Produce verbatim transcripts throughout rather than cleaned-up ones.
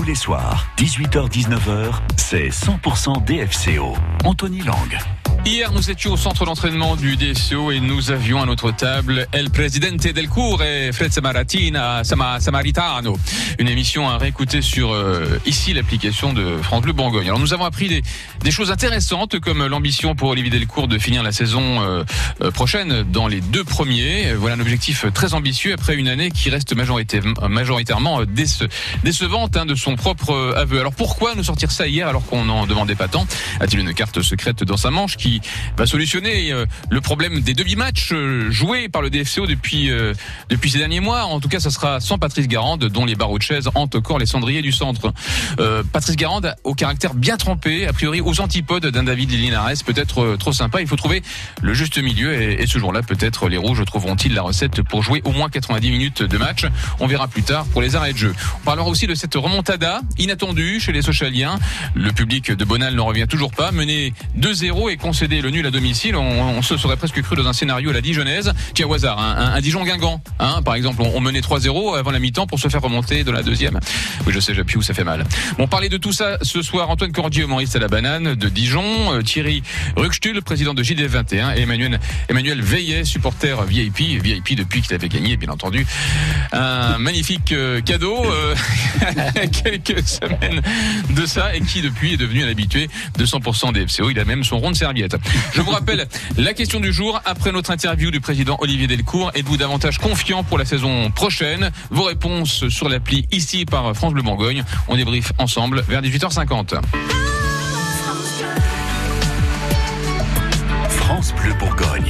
les soirs, dix-huit heures dix-neuf heures, c'est cent pour cent D F C O. Anthony Lang. Hier, nous étions au centre d'entraînement du D F C O et nous avions à notre table El Presidente del Cour et Fred Samaratina, Sama, Samaritano. Une émission à réécouter sur euh, ici l'application de France Bleu Bourgogne. Alors nous avons appris des, des choses intéressantes comme l'ambition pour Olivier Delcourt de finir la saison euh, euh, prochaine dans les deux premiers. Voilà un objectif très ambitieux après une année qui reste majoritairement, majoritairement déce, décevante hein, de son propre aveu. Alors pourquoi nous sortir ça hier alors qu'on n'en demandait pas tant? A-t-il une carte secrète dans sa manche qui va solutionner euh, le problème des demi-matchs euh, joués par le D F C O depuis euh, depuis ces derniers mois? En tout cas, ça sera sans Patrice Garande, dont les barreaux de chaise hantent encore les cendriers du centre. Euh, Patrice Garande, au caractère bien trempé, a priori aux antipodes d'un David Linares, peut-être euh, trop sympa. Il faut trouver le juste milieu et, et ce jour-là, peut-être les Rouges trouveront-ils la recette pour jouer au moins quatre-vingt-dix minutes de match. On verra plus tard pour les arrêts de jeu. On parlera aussi de cette remontada inattendue chez les Sochaliens. Le public de Bonal n'en revient toujours pas. Mené deux zéro et concédé le nul à domicile, on, on se serait presque cru dans un scénario à la dijonnaise. Tiens, au hasard, un, un, un Dijon-Guingamp, hein, par exemple, on, on menait trois zéro avant la mi-temps pour se faire remonter de la deuxième. Oui, je sais, j'appuie où ça fait mal. Bon, parler de tout ça ce soir, Antoine Cordier, humoriste à la banane de Dijon, euh, Thierry Ruxtul, président de J D vingt et un, et Emmanuel, Emmanuel Veillet, supporter V I P, V I P depuis qu'il avait gagné, bien entendu, un magnifique euh, cadeau euh, quelques semaines de ça et qui depuis est devenu un habitué de cent pour cent des F C O. Il a même son rond de serviette. Je vous rappelle la question du jour après notre interview du président Olivier Delcourt. Êtes-vous davantage confiant pour la saison prochaine? Vos réponses sur l'appli ici par France Bleu Bourgogne. On débriefe ensemble vers dix-huit heures cinquante. France Bleu Bourgogne.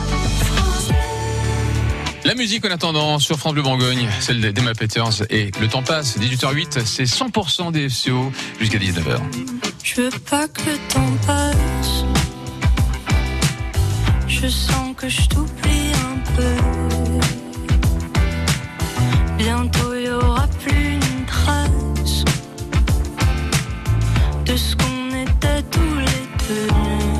La musique en attendant sur France Bleu Bourgogne, celle d'Emma Peters et le temps passe, dix-huit heures huit, c'est cent pour cent des F C O jusqu'à dix-neuf heures. Je veux pas que le temps passe. Je sens que je t'oublie un peu. Bientôt il y aura plus une trace de ce qu'on était tous les deux.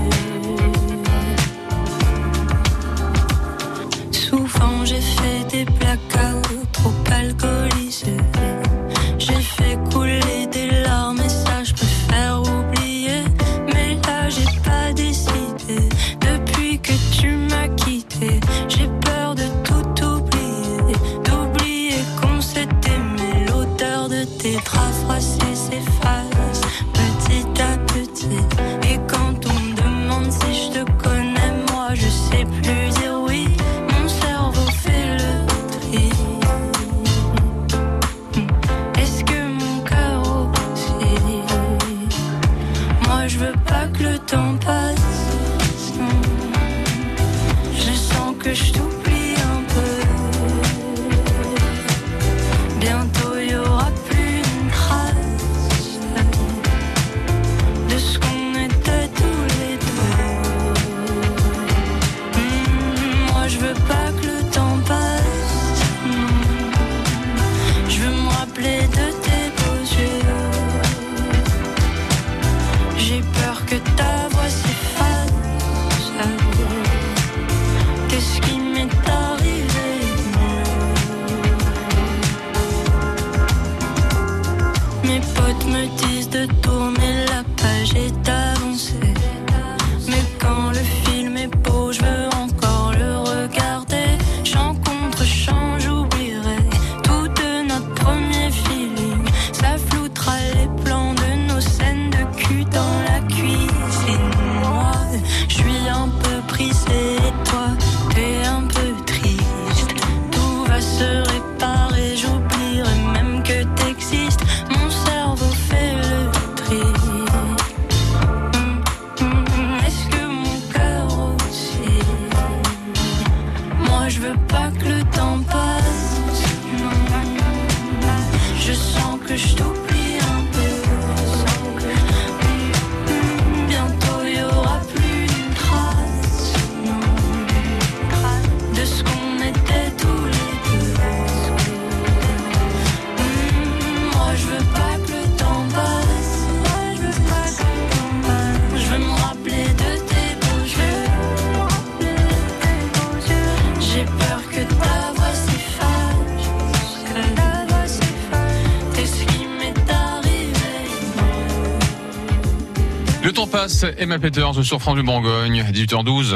Souvent j'ai fait des blackouts trop alcoolisés. J'ai fait couler des larmes et ça je préfère oublier. Mais là j'ai pas décidé. Depuis que tu m'as quitté, j'ai peur de tout oublier. D'oublier qu'on s'est aimé. L'odeur de tes draps froissés s'efface petit à petit. Et quand on me demande si je te connais, moi je sais plus dire oui. Mon cerveau fait le tri. Est-ce que mon cœur aussi? Moi je veux pas que le temps passe. Je sens que je t'oublie un peu. Bientôt il y aura plus une trace de ce qu'on était tous les deux. Mmh, moi je veux pas que le temps passe. Mmh, je veux me rappeler de tes beaux yeux. J'ai peur que ta voix s'efface. Qu'est-ce qui m'est arrivé? Mes potes me disent de tourner la page et d'avancer. Mais quand le film est beau, je veux encore le regarder. Chant contre chant, j'oublierai tout de notre premier feeling. Ça floutera les plans de nos scènes de cul dans la cuisine. Moi, je suis un peu brisée et toi, t'es un peu triste. Tout va se réparer, j'oublierai même que t'existes. Mon cerveau fait le tri. Hum, hum, est-ce que mon cœur aussi? Moi je veux pas que le temps passe. Non. Je sens que je t'oublie un peu. Hum, hum, bientôt il y aura plus une trace. Non. De ce qu'on était tous les deux. Mmh, moi je veux pas que le temps passe. Moi je veux pas que le temps passe. Je veux me rappeler de tes beaux yeux. J'ai peur que ta voix s'efface. Que ta voix s'efface. Qu'est-ce qui m'est passe Emma Peters sur France Bleu Bourgogne, dix-huit heures douze.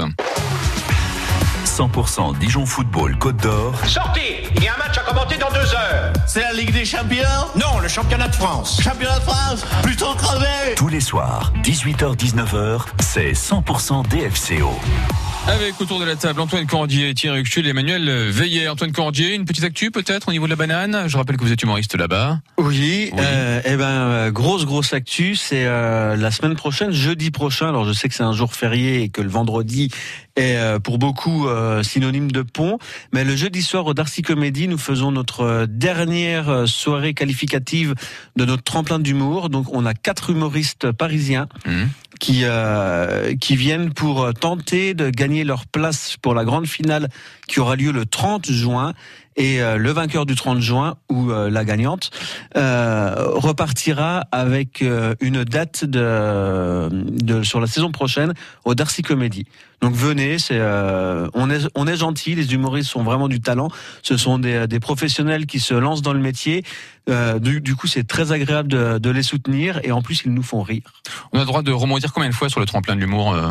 cent pour cent Dijon Football Côte d'Or. Sortez, il y a un match à commenter dans deux heures. C'est la Ligue des Champions? Non, le championnat de France. Championnat de France? Plutôt crevé. Tous les soirs, dix-huit heures dix-neuf heures, c'est cent pour cent D F C O. Avec autour de la table Antoine Cordier, Thierry Huxtul et Emmanuel Veillet. Antoine Cordier, une petite actu peut-être au niveau de la banane. Je rappelle que vous êtes humoriste là-bas. Oui, oui. Euh, eh ben euh, grosse grosse actu, c'est euh, la semaine prochaine, jeudi prochain. Alors je sais que c'est un jour férié et que le vendredi est euh, pour beaucoup euh, synonyme de pont, mais le jeudi soir au Darcy Comedy, nous faisons notre euh, dernière soirée qualificative de notre tremplin d'humour. Donc on a quatre humoristes parisiens. Mmh. qui euh, qui viennent pour tenter de gagner leur place pour la grande finale qui aura lieu le trente juin. Et euh, le vainqueur du trente juin, ou euh, la gagnante, euh, repartira avec euh, une date de, de sur la saison prochaine au Darcy Comedy. Donc venez, c'est euh, on est on est gentil, les humoristes sont vraiment du talent. Ce sont des des professionnels qui se lancent dans le métier. Euh, du, du coup, c'est très agréable de, de les soutenir et en plus ils nous font rire. On a le droit de rebondir combien de fois sur le tremplin de l'humour euh...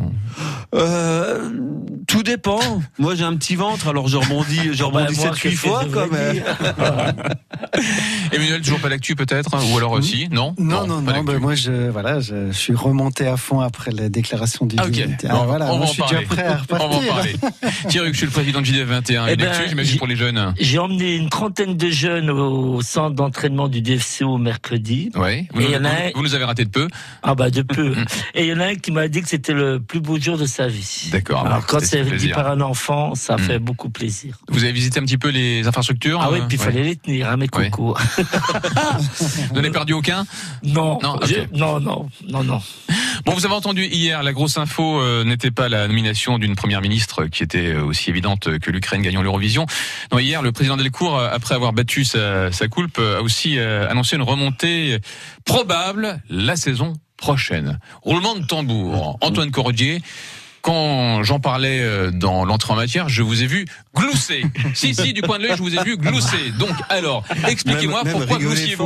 Euh, tout dépend. Moi, j'ai un petit ventre, alors je rebondis, je rebondis sept huit fois, quand même. Emmanuel, toujours pas d'actu peut-être, ou alors aussi, non? Non, non, non. non bah, moi, je, voilà, je, je suis remonté à fond après la déclaration du. Ah, ok. Ah, bon, voilà, on moi, va je suis en parler. déjà prêt à repartir. On va en parler. Thierry, je suis le président de J D F vingt et un. Eh Une ben, actu, j'imagine, pour les jeunes. J'ai emmené une trentaine de jeunes au centre d'entraînement du D F C O mercredi. Oui. Vous, et nous, y en a vous, un... vous nous avez raté de peu. Ah bah de peu. Et il y en a un qui m'a dit que c'était le plus beau jour de sa vie. D'accord. Alors bah, quand c'est dit plaisir. par un enfant, ça mmh. fait beaucoup plaisir. Vous avez visité un petit peu les infrastructures? Ah oui, puis il ouais. fallait les tenir, hein, mes cocos. Ouais. Vous n'en avez perdu aucun? Non. Non, je... okay. non, non, non, non. Bon, vous avez entendu hier, la grosse info euh, n'était pas la nomination d'une première ministre qui était aussi évidente que l'Ukraine gagnant l'Eurovision. Non, hier, le président Delcourt, après avoir battu sa, sa coulpe, a aussi euh, annoncé une remontée probable la saison prochaine. Roulement de tambour. Antoine Cordier. Quand j'en parlais dans l'entrée en matière, je vous ai vu glousser. si, si, du coin de l'œil, je vous ai vu glousser. Donc, alors, expliquez-moi même, pourquoi gloussiez-vous?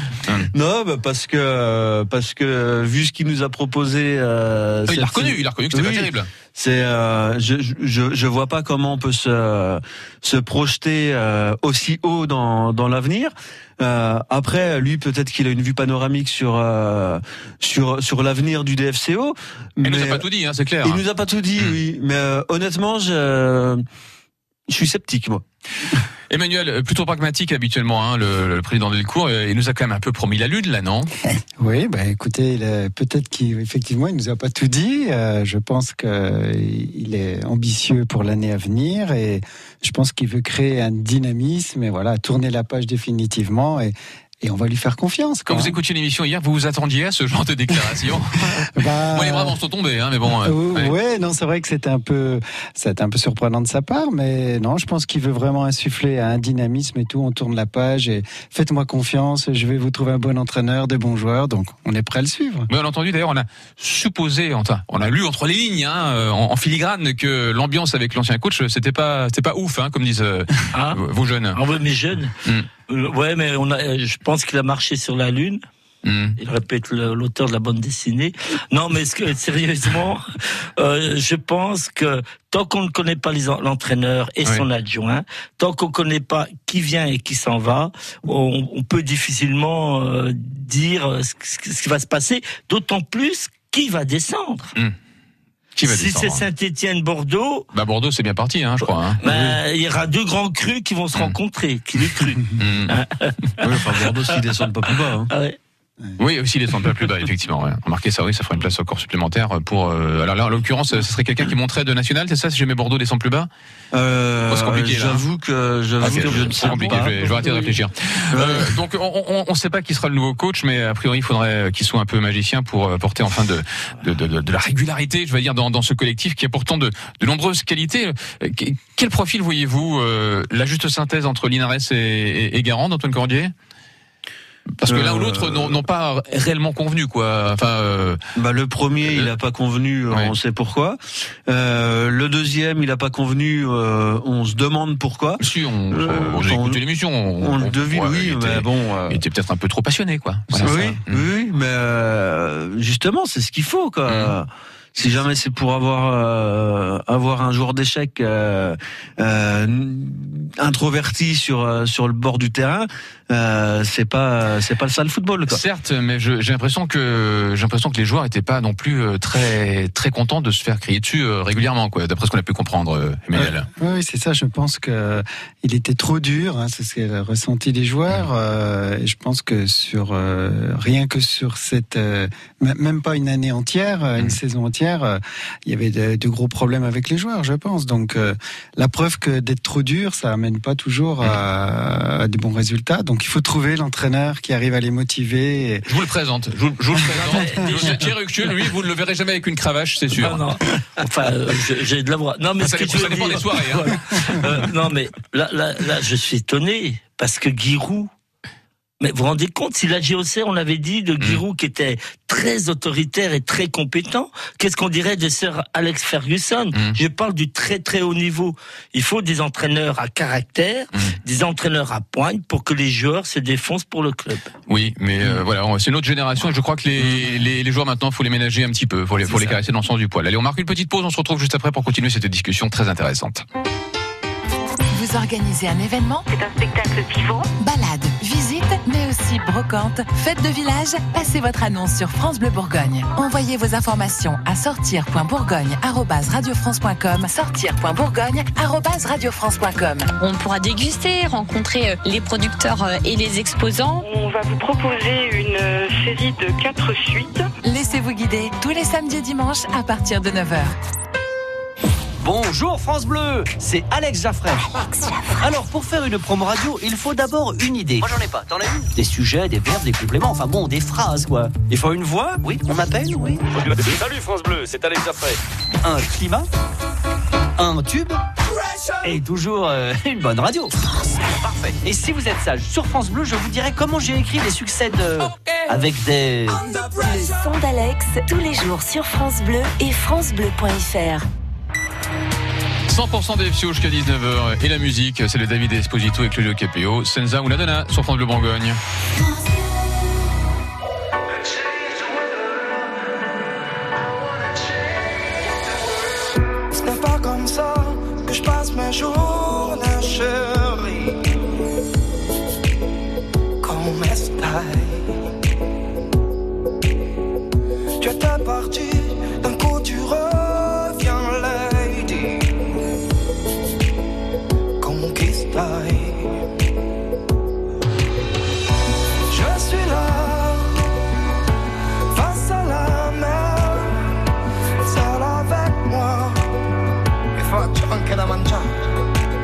Non, bah parce que parce que vu ce qu'il nous a proposé, euh, il l'a reconnu, il a reconnu que c'était oui, pas terrible. C'est, euh, je, je je vois pas comment on peut se se projeter euh, aussi haut dans dans l'avenir. Euh, après, lui, peut-être qu'il a une vue panoramique sur euh, sur sur l'avenir du D F C O. Il nous a pas tout dit, hein, c'est clair. Il nous a pas tout dit, mmh. oui. Mais euh, honnêtement, je je suis sceptique, moi. Emmanuel, plutôt pragmatique habituellement, hein, le, le président Delcourt, il nous a quand même un peu promis la lune, là, non? Oui, bah écoutez, il a, peut-être qu'effectivement, il nous a pas tout dit. Euh, je pense qu'il est ambitieux pour l'année à venir et je pense qu'il veut créer un dynamisme et voilà, tourner la page définitivement et Et on va lui faire confiance. Quand vous écoutiez l'émission hier, vous vous attendiez à ce genre de déclaration? bah, bon, les bras sont tombés, hein, mais bon. Euh, ouais. ouais, non, c'est vrai que c'était un peu, c'était un peu surprenant de sa part, mais non, je pense qu'il veut vraiment insuffler un dynamisme et tout. On tourne la page et faites-moi confiance. Je vais vous trouver un bon entraîneur, des bons joueurs, donc on est prêt à le suivre. Mais on a entendu d'ailleurs, on a supposé, enfin, on a lu entre les lignes, hein, en, en filigrane, que l'ambiance avec l'ancien coach, c'était pas, c'était pas ouf, hein, comme disent euh, ah. vos jeunes. Ah ouais, mes jeunes. Mm. Ouais, mais on a, je pense qu'il a marché sur la Lune. Mmh. Il répète l'auteur de la bande dessinée. Non, mais ce que, sérieusement, euh, je pense que tant qu'on ne connaît pas les, l'entraîneur et oui. son adjoint, tant qu'on ne connaît pas qui vient et qui s'en va, on, on peut difficilement euh, dire ce, ce qui va se passer. D'autant plus qui va descendre. Mmh. Qui va si c'est Saint-Étienne-Bordeaux, bah Bordeaux c'est bien parti, hein, je crois. Hein. Bah, il y aura deux grands crus qui vont se mmh. rencontrer, qui le cru. Mmh. oui, enfin Bordeaux s'ils descendent pas plus bas. Hein. Ah ouais. Oui, aussi les descendent pas plus bas, effectivement. Ouais. Remarquez ça, oui, ça fera une place encore supplémentaire pour. Euh, alors là, en l'occurrence, ce serait quelqu'un qui monterait de national, c'est ça? Si jamais Bordeaux descend plus bas, euh, oh, c'est compliqué. J'avoue là. que, j'avoue okay, que je ne sais compliqué. pas. Je vais, je vais arrêter de réfléchir. Euh, donc, on ne sait pas qui sera le nouveau coach, mais a priori, il faudrait qu'il soit un peu magicien pour apporter enfin de de, de, de, de la régularité, je vais dire, dans, dans ce collectif qui a pourtant de, de nombreuses qualités. Quel profil voyez-vous euh, la juste synthèse entre Linares et, et, et Garand, Antoine Cordier? Parce que l'un ou l'autre n'ont, n'ont pas réellement convenu, quoi. Enfin, euh... bah le premier, euh... il n'a pas convenu, ouais. On sait pourquoi. Euh, le deuxième, il n'a pas convenu, euh, on se demande pourquoi. Si, on, euh, on a écouté l'émission. On, on, on le devine, ouais, oui, il mais était, bon. Euh... Il était peut-être un peu trop passionné, quoi. Voilà, oui, ça. oui, mais euh, justement, c'est ce qu'il faut, quoi. Mmh. Si jamais c'est pour avoir euh, avoir un joueur d'échecs euh, euh, introverti sur sur le bord du terrain, euh, c'est pas c'est pas ça le football, quoi. Certes, mais je, j'ai l'impression que j'ai l'impression que les joueurs étaient pas non plus très très contents de se faire crier dessus euh, régulièrement, quoi. D'après ce qu'on a pu comprendre, euh, Emmanuel. Euh, oui, c'est ça. Je pense que il était trop dur. Hein, c'est ce qu'a ressenti les joueurs. Euh, et je pense que sur euh, rien que sur cette euh, même pas une année entière, une mmh. saison entière. Il y avait de, de gros problèmes avec les joueurs, je pense. Donc, euh, la preuve que d'être trop dur, ça amène pas toujours à, à des bons résultats. Donc, il faut trouver l'entraîneur qui arrive à les motiver. Et... Je vous le présente. Je vous, je vous le présente. Thierry Ructul, lui, vous ne le verrez jamais avec une cravache, c'est sûr. Non, non. Enfin, euh, j'ai de la voix. Non, mais ça, ce que ça dépend des soirées. Hein. euh, non, mais là, là, là, je suis étonné parce que Giroud. Mais vous vous rendez compte, si la J O C, on avait dit de Giroud, mmh. qui était très autoritaire et très compétent, qu'est-ce qu'on dirait de Sir Alex Ferguson? mmh. Je parle du très très haut niveau. Il faut des entraîneurs à caractère, mmh. des entraîneurs à pointe pour que les joueurs se défoncent pour le club. Oui, mais euh, voilà, c'est une autre génération et je crois que les, les, les joueurs maintenant, il faut les ménager un petit peu, il faut les, faut les caresser dans le sens du poil. Allez, on marque une petite pause, on se retrouve juste après pour continuer cette discussion très intéressante. Vous organisez un événement, c'est un spectacle vivant, balade, visite, mais aussi brocante, fête de village. Passez votre annonce sur France Bleu Bourgogne. Envoyez vos informations à sortir point bourgogne arobase radio france point com, sortir point bourgogne arobase radio france point com. On pourra déguster, rencontrer les producteurs et les exposants. On va vous proposer une série de quatre suites. Laissez-vous guider tous les samedis et dimanches à partir de neuf heures. Bonjour France Bleu, c'est Alex Jaffray. Alex Jaffray. Alors pour faire une promo radio, il faut d'abord une idée. Moi j'en ai pas, t'en as une? Des sujets, des verbes, des compléments, enfin bon, des phrases quoi. Il faut une voix? Oui. On m'appelle? Oui. Salut France Bleu, c'est Alex Jaffray. Un climat? Un tube? Et toujours euh, une bonne radio. Parfait. Et si vous êtes sage, sur France Bleu, je vous dirai comment j'ai écrit les succès de... Avec des... Le son d'Alex, tous les jours sur France Bleu et francebleu point f r. cent pour cent des F C O jusqu'à dix-neuf heures. Et la musique, c'est le David Esposito et Claudio Capéo. Senza una donna sur France Bleu Bourgogne. Ce n'est pas comme ça que je passe mes journées, chérie. Comme estai. Tu étais parti, d'un coup tu reviens lady. Je suis là, face à la mer, seul avec moi. Il faut anche da mangiare.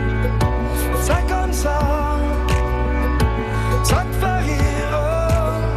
C'est comme ça, ça te fait rire.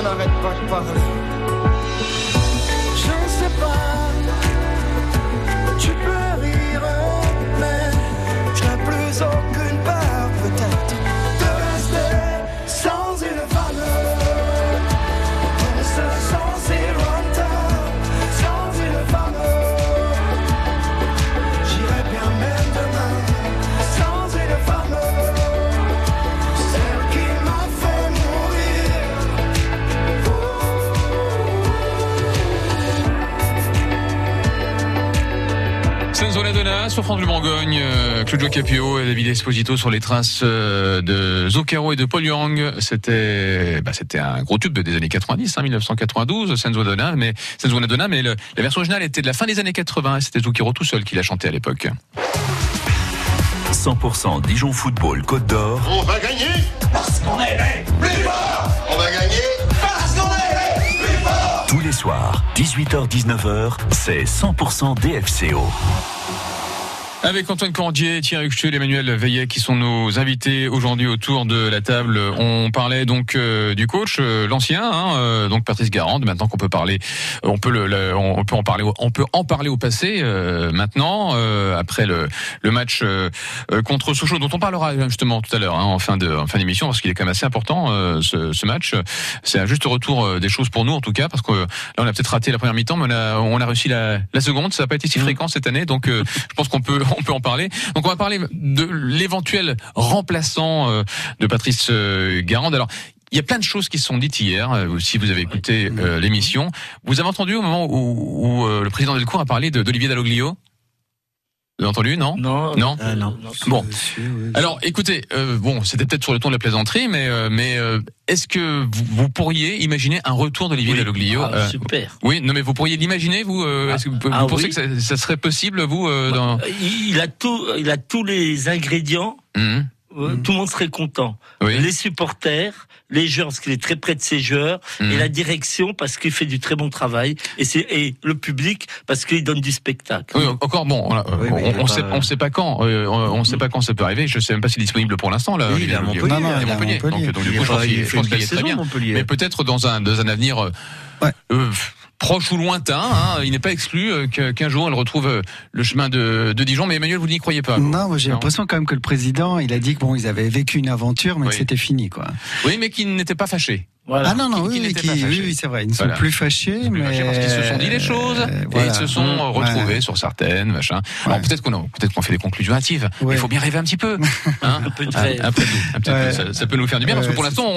n'arrête pas de parler. Je ne sais pas, tu peux rire, mais je n'ai plus aucune peur peut-être de rester sans une valeur. On se sent si lointain, sans une valeur. J'irai bien même demain, sans une valeur. Celle qui m'a fait mourir. Senza una donna sur France Bleu Bourgogne, euh, Claudio Capio et David Esposito sur les traces euh, de Zucchero et de Paul Young. C'était, bah, c'était un gros tube des années quatre-vingt-dix, hein, dix-neuf cent quatre-vingt-douze, Senza una donna, mais Senza una donna, mais le, la version originale était de la fin des années quatre-vingts. Et c'était Zucchero tout seul qui l'a chanté à l'époque. cent pour cent Dijon Football Côte d'Or. On va gagner parce qu'on est les plus forts. On va gagner parce qu'on est les plus forts. Tous les soirs, dix-huit heures dix-neuf heures, c'est cent pour cent D F C O. Avec Antoine Cordier, Thierry Huchtel, Emmanuel Veillet qui sont nos invités aujourd'hui autour de la table. On parlait donc euh, du coach, euh, l'ancien, hein, euh, donc Patrice Garande. Maintenant qu'on peut parler, on peut le, le, on peut en parler, on peut en parler au passé. Euh, maintenant, euh, après le, le match euh, contre Sochaux, dont on parlera justement tout à l'heure hein, en fin de en fin d'émission, parce qu'il est quand même assez important euh, ce, ce match. C'est un juste retour des choses pour nous en tout cas, parce que là on a peut-être raté la première mi-temps, mais on a on a réussi la, la seconde. Ça n'a pas été si fréquent cette année, donc euh, je pense qu'on peut on peut en parler. Donc on va parler de l'éventuel remplaçant euh, de Patrice euh, Garande. Alors il y a plein de choses qui se sont dites hier. Euh, si vous avez écouté euh, l'émission, vous avez entendu au moment où, où euh, le président Delcourt a parlé de, d'Olivier Dalloglio? Vous avez entendu, non? Non. Non. Euh, non. Bon. Alors, écoutez, euh, bon, c'était peut-être sur le ton de la plaisanterie, mais euh, mais euh, est-ce que vous, vous pourriez imaginer un retour d'Olivier oui. Dalloglio? Ah, euh, super. Oui, non, mais vous pourriez l'imaginer, vous euh, Est-ce que vous, ah, vous pensez oui. que ça, ça serait possible, vous euh, dans... Il a tout, il a tous les ingrédients. Mmh. Mmh. Tout le monde serait content. Oui. Les supporters, les joueurs, parce qu'il est très près de ses joueurs, mmh. et la direction, parce qu'il fait du très bon travail, et, c'est, et le public, parce qu'il donne du spectacle. Oui, encore bon, on, oui, on, on sait, on sait pas quand, euh, on, on sait pas quand ça peut arriver. Je sais même pas s'il est disponible pour l'instant là. Oui, il est à Montpellier. Non, non, il est à Montpellier. Donc, donc du coup, je pense qu'il, je pense qu'il est très bien. Mais peut-être dans un, dans un avenir. Euh, ouais. euh, proche ou lointain, hein, il n'est pas exclu euh, qu'un jour elle retrouve euh, le chemin de, de Dijon. Mais Emmanuel, vous n'y croyez pas? Vous? Non, moi j'ai non. l'impression quand même que le président, il a dit que bon, ils avaient vécu une aventure, mais oui. que c'était fini, quoi. Oui, mais qu'ils n'étaient pas fâchés. Voilà. Ah non, non, qui, oui, qui qui, oui, oui, c'est vrai. Ils ne voilà. sont plus fâchés, ils mais fâchés parce qu'ils se sont dit les choses euh, voilà. et ils se sont mmh, retrouvés ouais. sur certaines, machin. Ouais. Alors peut-être qu'on a, peut-être qu'on fait des conclusions hâtives. Ouais. Mais il faut bien rêver un petit peu, hein. un peu de rêve. Un, un peu, un petit ouais. peu. Ça, ça peut nous faire du bien ouais, parce que pour l'instant,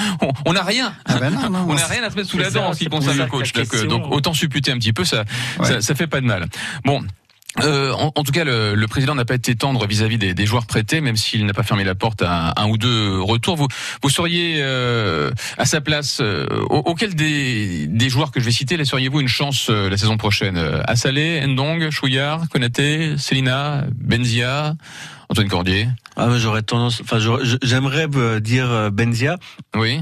on n'a rien. Ah ben non, non, on n'a rien à se mettre sous la dent en ce qui concerne le coach. Donc, donc autant supputer un petit peu, ça, ouais. ça, ça fait pas de mal. Bon. Euh, en, en tout cas, le, le président n'a pas été tendre vis-à-vis des, des joueurs prêtés, même s'il n'a pas fermé la porte à un, un ou deux retours. Vous, vous seriez euh, à sa place, euh, auquel des, des joueurs que je vais citer, laisseriez-vous une chance euh, la saison prochaine? Assalé, Ndong, Chouillard, Konaté, Célina, Benzia, Antoine Cordier? Ah, mais j'aurais tendance, enfin, j'aimerais dire Benzia. Oui.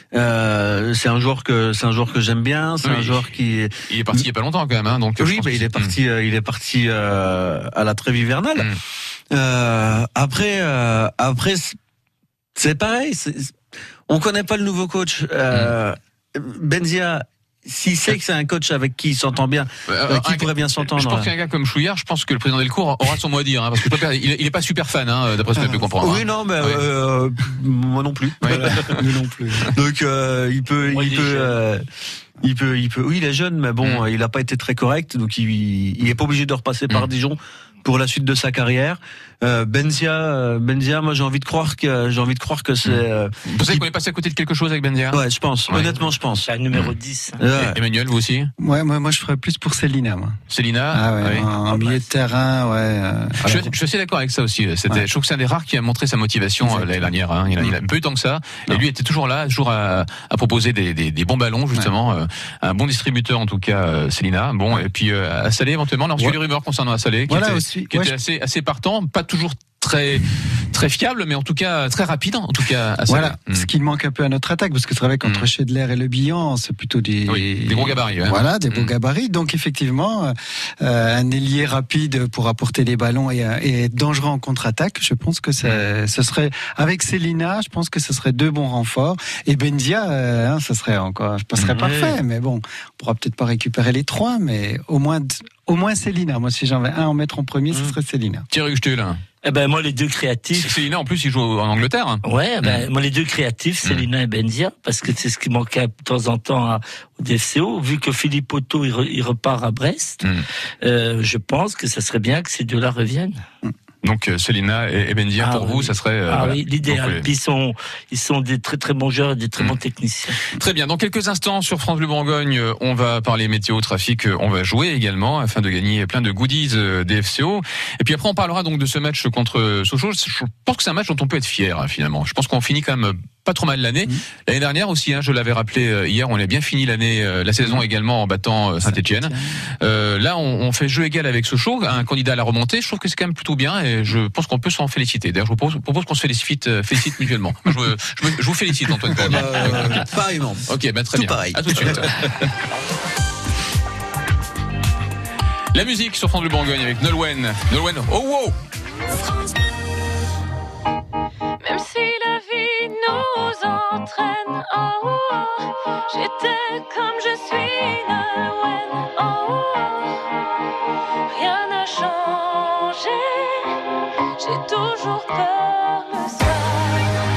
Euh, c'est un joueur que, c'est un joueur que j'aime bien. C'est oui. un joueur qui. Il est parti il y a pas longtemps quand même, hein. Donc. Oui, mais il est parti, mmh. il est parti euh, à la trêve hivernale. Mmh. Euh, après, euh, après, c'est pareil. C'est, on connaît pas le nouveau coach. Euh, mmh. Benzia. S'il sait que c'est un coach avec qui il s'entend bien, euh, qui pourrait bien s'entendre. Je pense qu'un gars comme Chouillard, je pense que le président Delcourt aura son mot à dire, hein, parce que je il, il est pas super fan, hein, d'après ce que j'ai pu comprendre. Oui, non, mais ouais. euh, moi non plus. Ouais. Nous non plus. Donc euh, il peut, moi, il, il peut. Euh, Il peut, il peut. Oui, il est jeune, mais bon, mmh. il a pas été très correct, donc il, il est pas obligé de repasser mmh. par Dijon pour la suite de sa carrière. Euh, Benzia, Benzia, moi j'ai envie de croire que j'ai envie de croire que c'est. Euh, vous pensez qu'on est passé à côté de quelque chose avec Benzia? Ouais, je pense. Ouais. Honnêtement, je pense. C'est un numéro dix. Ouais. Emmanuel, vous aussi? Ouais, moi, moi, je ferais plus pour Célina, moi. Célina. Ah ouais. Oui. En, en milieu de terrain, ouais. Euh, je, suis, je suis assez d'accord avec ça aussi. C'était, ouais. Je trouve que c'est un des rares qui a montré sa motivation euh, l'année dernière. Hein. Il a, il a peu eu tant que ça. Non. Et lui était toujours là, toujours à, à proposer des, des, des bons ballons justement, ouais. euh, un bon distributeur en tout cas, euh, Célina. Bon, et puis euh, Assalé éventuellement. On a reçu ouais. des rumeurs concernant Assalé, qui voilà était, aussi. Qui ouais, était je... assez, assez partant, pas toujours très très fiable, mais en tout cas très rapide, en tout cas. À voilà, mmh. ce qui manque un peu à notre attaque, parce que c'est vrai qu'entre mmh. Chedler et Le Bihan, c'est plutôt des oui, des gros gabarits. Ouais. Voilà, des mmh. beaux gabarits. Donc effectivement, euh, un ailier rapide pour apporter les ballons et, et être dangereux en contre-attaque. Je pense que ça, mmh. ce serait avec Célina, je pense que ce serait deux bons renforts. Et Benzia, euh, hein, ça serait encore, ça serait mmh. parfait. Mais bon, on pourra peut-être pas récupérer les trois, mais au moins, au moins Célina. Moi, si j'en avais un à en mettre en premier, mmh. ce serait Célina. Thierry Huchtel. Eh ben moi les deux créatifs. Célina en plus il joue en Angleterre. Hein. Ouais, ben mmh. moi les deux créatifs, Célina mmh. et Benzia, parce que c'est ce qui manquait de temps en temps à, au D F C O. Vu que Philippe Otto il, re, il repart à Brest, mmh. euh, je pense que ça serait bien que ces deux-là reviennent. Mmh. Donc euh, Célina et, et Benzia ah, pour oui. vous, ça serait euh, ah voilà. oui, l'idéal. Donc, oui. Puis ils sont ils sont des très très bons joueurs et des très mmh. bons techniciens. Très bien. Dans quelques instants sur France Bleu Bourgogne, on va parler météo, trafic, on va jouer également afin de gagner plein de goodies euh, des F C O. Et puis après on parlera donc de ce match contre Sochaux. Je pense que c'est un match dont on peut être fier hein, finalement. Je pense qu'on finit quand même pas trop mal l'année. Mmh. L'année dernière aussi, hein, je l'avais rappelé euh, hier, on a bien fini l'année, euh, la saison mmh. également en battant euh, Saint-Etienne. Euh, là, on, on fait jeu égal avec Sochaux, un candidat à la remontée. Je trouve que c'est quand même plutôt bien et je pense qu'on peut s'en féliciter. D'ailleurs, je vous propose, propose qu'on se félicite, euh, félicite mutuellement. je, me, je, me, je vous félicite, Antoine Cordier. Euh, okay. Pareillement. Ok, ben très tout bien. Pareil. À tout de suite. La musique sur France Bleu Bourgogne avec Nolwenn. Nolwenn, oh wow! Même si la vie nous entraîne, oh, oh, j'étais comme je suis, Nolwenn, oh, oh, rien n'a changé, j'ai toujours peur le soir,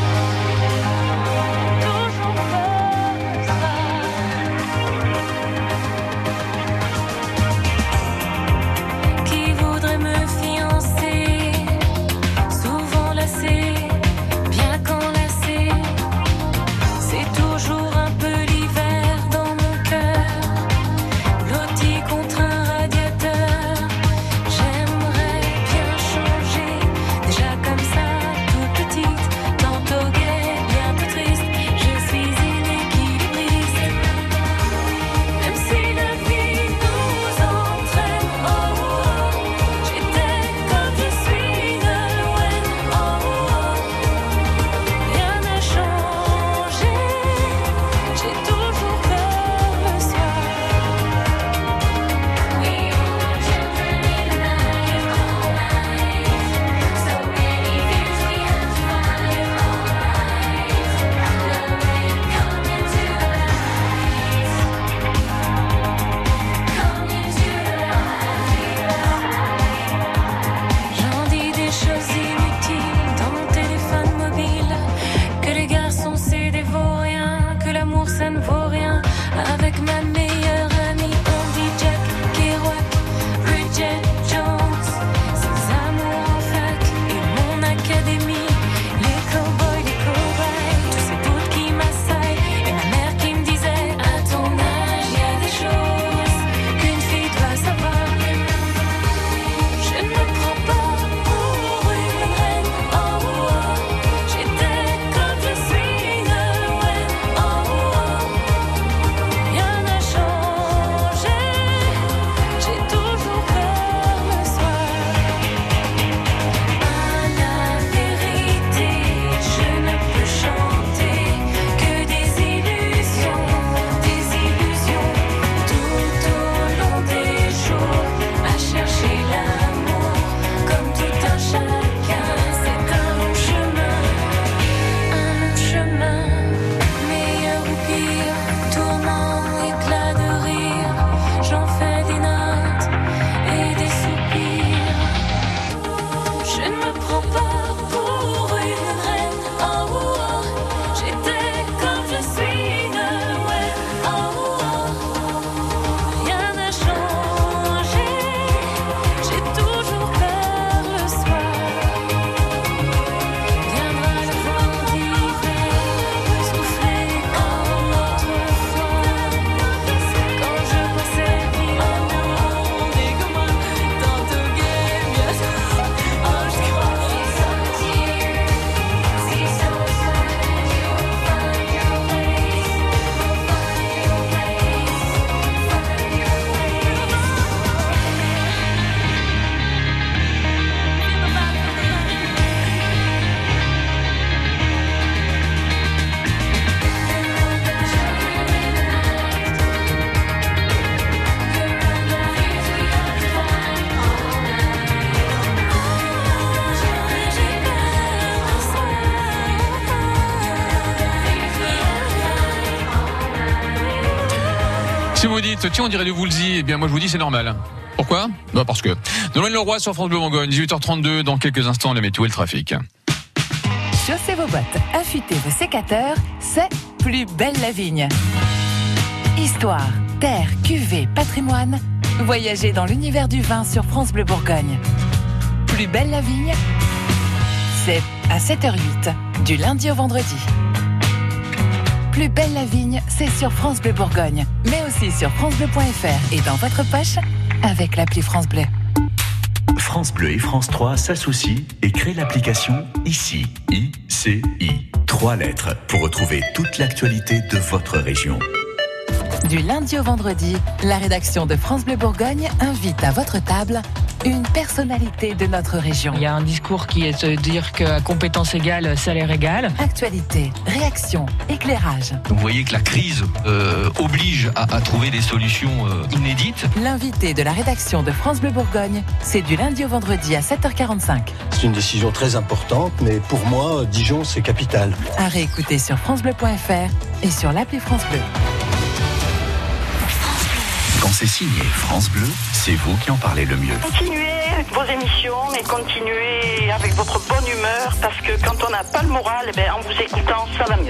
toujours peur le soir. Qui voudrait me fiancer, souvent lassé, petite. Si vous dites, tiens, on dirait du Woolsey, eh bien moi je vous dis c'est normal. Pourquoi ? Bah parce que Nolwenn Leroy sur France Bleu Bourgogne, dix-huit heures trente-deux, dans quelques instants, la météo et le trafic. Chaussez vos bottes, affûtez vos sécateurs, c'est Plus belle la vigne. Histoire, terre, cuvée, patrimoine, voyagez dans l'univers du vin sur France Bleu Bourgogne. Plus belle la vigne, c'est à sept heures huit, du lundi au vendredi. Plus belle la vigne, c'est sur France Bleu Bourgogne, mais aussi sur francebleu point f r et dans votre poche avec l'appli France Bleu. France Bleu et France trois s'associent et créent l'application Ici, I C I. Trois lettres pour retrouver toute l'actualité de votre région. Du lundi au vendredi, la rédaction de France Bleu Bourgogne invite à votre table une personnalité de notre région. Il y a un discours qui est de dire qu'à compétence égale, salaire égal. Actualité, réaction, éclairage. Vous voyez que la crise euh, oblige à, à trouver des solutions euh, inédites. L'invité de la rédaction de France Bleu Bourgogne, c'est du lundi au vendredi à sept heures quarante-cinq. C'est une décision très importante, mais pour moi, Dijon, c'est capital. À réécouter sur francebleu point f r et sur l'appli France Bleu. Quand c'est signé France Bleu, c'est vous qui en parlez le mieux. Continuez avec vos émissions, mais continuez avec votre bonne humeur, parce que quand on n'a pas le moral, eh bien, en vous écoutant, ça va mieux.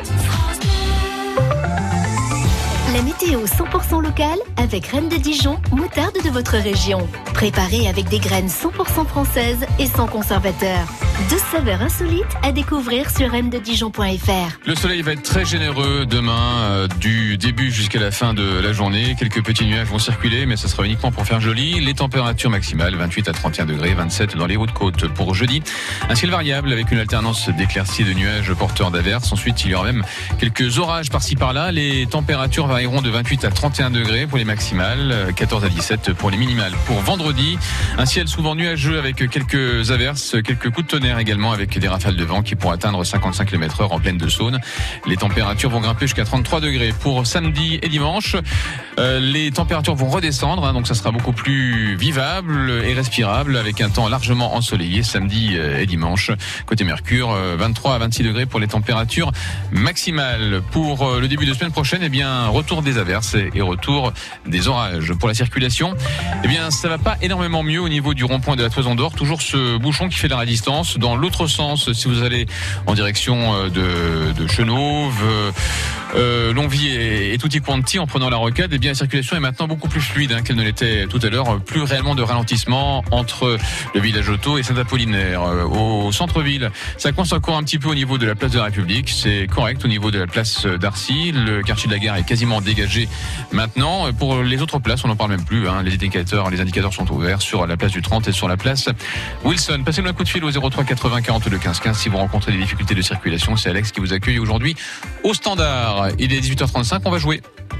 La météo cent pour cent locale avec Reine de Dijon, moutarde de votre région. Préparée avec des graines cent pour cent françaises et sans conservateur. Deux saveurs insolites à découvrir sur reine de dijon point f r. Le soleil va être très généreux demain, euh, du début jusqu'à la fin de la journée. Quelques petits nuages vont circuler, mais ce sera uniquement pour faire joli. Les températures maximales, vingt-huit à trente et un degrés, vingt-sept dans les Hautes-Côtes pour jeudi. Un ciel variable avec une alternance d'éclaircies et de nuages porteurs d'averses. Ensuite, il y aura même quelques orages par-ci par-là. Les températures varieront de vingt-huit à trente et un degrés pour les maximales, quatorze à dix-sept pour les minimales. Pour vendredi, un ciel souvent nuageux avec quelques averses, quelques coups de tonnerre également avec des rafales de vent qui pourront atteindre cinquante-cinq kilomètres heure en pleine de Saône. Les températures vont grimper jusqu'à trente-trois degrés. Pour samedi et dimanche, euh, les températures vont redescendre, hein, donc ça sera beaucoup plus vivable et respirable avec un temps largement ensoleillé samedi et dimanche. Côté Mercure, euh, vingt-trois à vingt-six degrés pour les températures maximales. Pour euh, le début de semaine prochaine, eh bien, retour des averses et retour des orages. Pour la circulation, eh bien, ça va pas énormément mieux au niveau du rond-point de la Toison d'Or. Toujours ce bouchon qui fait la résistance. Dans l'autre sens, si vous allez en direction de, de Chenauve, euh, Longwy et, et Tutti Quanti en prenant la rocade, eh bien, la circulation est maintenant beaucoup plus fluide hein, qu'elle ne l'était tout à l'heure. Plus réellement de ralentissement entre le village Auto et Saint-Apollinaire. Au centre-ville, ça coince encore un petit peu au niveau de la place de la République. C'est correct au niveau de la place d'Arcy. Le quartier de la Gare est quasiment dégagé maintenant. Pour les autres places, on n'en parle même plus. Hein. Les indicateurs, les indicateurs sont ouverts sur la place du trente et sur la place Wilson. Passez-nous un coup de fil au zéro trois quatre-vingts quarante-deux quinze quinze si vous rencontrez des difficultés de circulation. C'est Alex qui vous accueille aujourd'hui au Standard. Il est dix-huit heures trente-cinq, on va jouer.